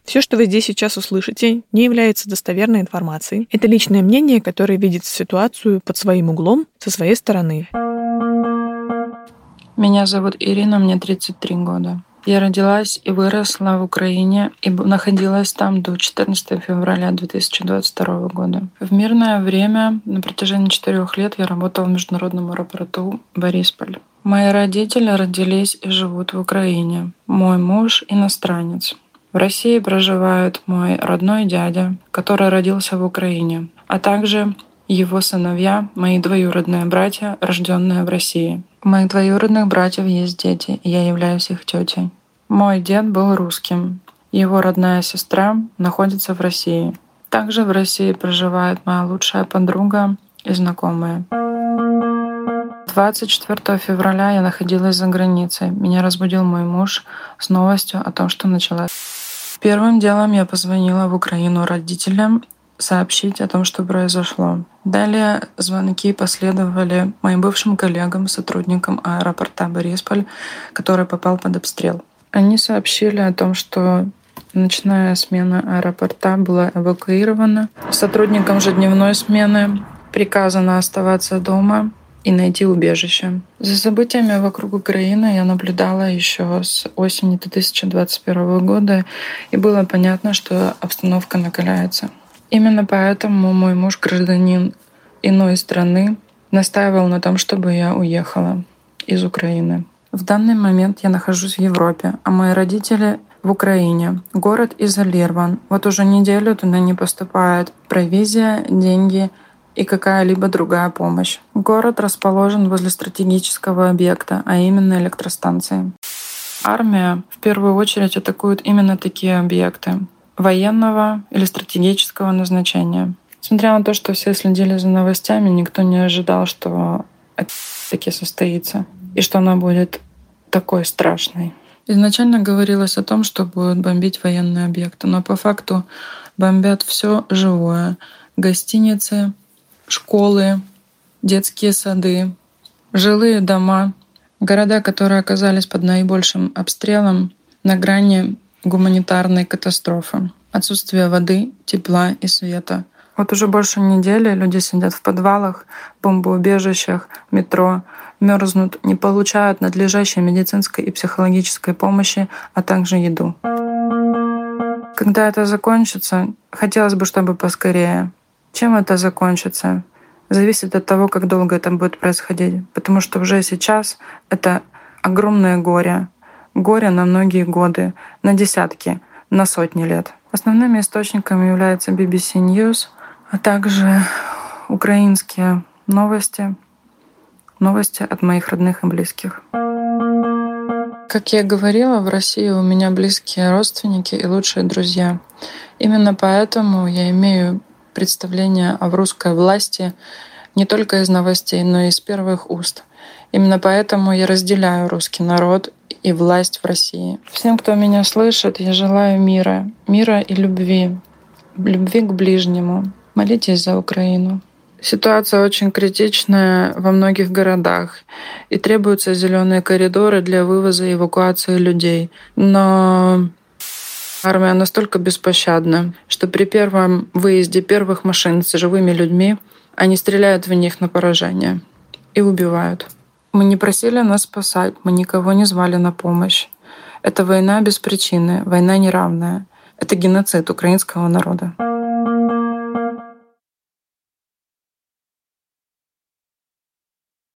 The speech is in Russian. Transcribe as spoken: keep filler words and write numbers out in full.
Все, что вы здесь сейчас услышите, не является достоверной информацией. Это личное мнение, которое видит ситуацию под своим углом, со своей стороны. Меня зовут Ирина, мне тридцать три года. Я родилась и выросла в Украине и находилась там до четырнадцатого февраля две тысячи двадцать второго года. В мирное время на протяжении четырех лет я работала в международном аэропорту Борисполь. Мои родители родились и живут в Украине. Мой муж — иностранец. В России проживает мой родной дядя, который родился в Украине, а также его сыновья, мои двоюродные братья, рожденные в России. У моих двоюродных братьев есть дети, и я являюсь их тетей. Мой дед был русским. Его родная сестра находится в России. Также в России проживает моя лучшая подруга и знакомые. двадцать четвёртого февраля я находилась за границей. Меня разбудил мой муж с новостью о том, что началась. Первым делом я позвонила в Украину родителям сообщить о том, что произошло. Далее звонки последовали моим бывшим коллегам, сотрудникам аэропорта Борисполь, который попал под обстрел. Они сообщили о том, что ночная смена аэропорта была эвакуирована. Сотрудникам же дневной смены приказано оставаться дома и найти убежище. За событиями вокруг Украины я наблюдала еще с осени две тысячи двадцать первого года, и было понятно, что обстановка накаляется. Именно поэтому мой муж, гражданин иной страны, настаивал на том, чтобы я уехала из Украины. В данный момент я нахожусь в Европе, а мои родители в Украине. Город изолирован. Вот уже неделю туда не поступает провизия, деньги и какая-либо другая помощь. Город расположен возле стратегического объекта, а именно электростанции. Армия в первую очередь атакует именно такие объекты военного или стратегического назначения. Несмотря на то, что все следили за новостями, никто не ожидал, что это таки состоится и что она будет такой страшной. Изначально говорилось о том, что будут бомбить военные объекты, но по факту бомбят все живое: гостиницы, школы, детские сады, жилые дома, города, которые оказались под наибольшим обстрелом, на грани гуманитарной катастрофы. Отсутствие воды, тепла и света. Вот уже больше недели люди сидят в подвалах, бомбоубежищах, метро, мерзнут, не получают надлежащей медицинской и психологической помощи, а также еду. Когда это закончится, хотелось бы, чтобы поскорее. Чем это закончится, зависит от того, как долго это будет происходить. Потому что уже сейчас это огромное горе. Горе на многие годы, на десятки, на сотни лет. Основными источниками являются би би си News, а также украинские новости, новости от моих родных и близких. Как я говорила, в России у меня близкие родственники и лучшие друзья. Именно поэтому я имею представление о русской власти не только из новостей, но и из первых уст. Именно поэтому я разделяю русский народ и власть в России. Всем, кто меня слышит, я желаю мира, мира и любви, любви к ближнему. Молитесь за Украину. Ситуация очень критичная во многих городах, и требуются зеленые коридоры для вывоза и эвакуации людей. Но армия настолько беспощадна, что при первом выезде первых машин с живыми людьми они стреляют в них на поражение и убивают. Мы не просили нас спасать, мы никого не звали на помощь. Это война без причины, война неравная. Это геноцид украинского народа.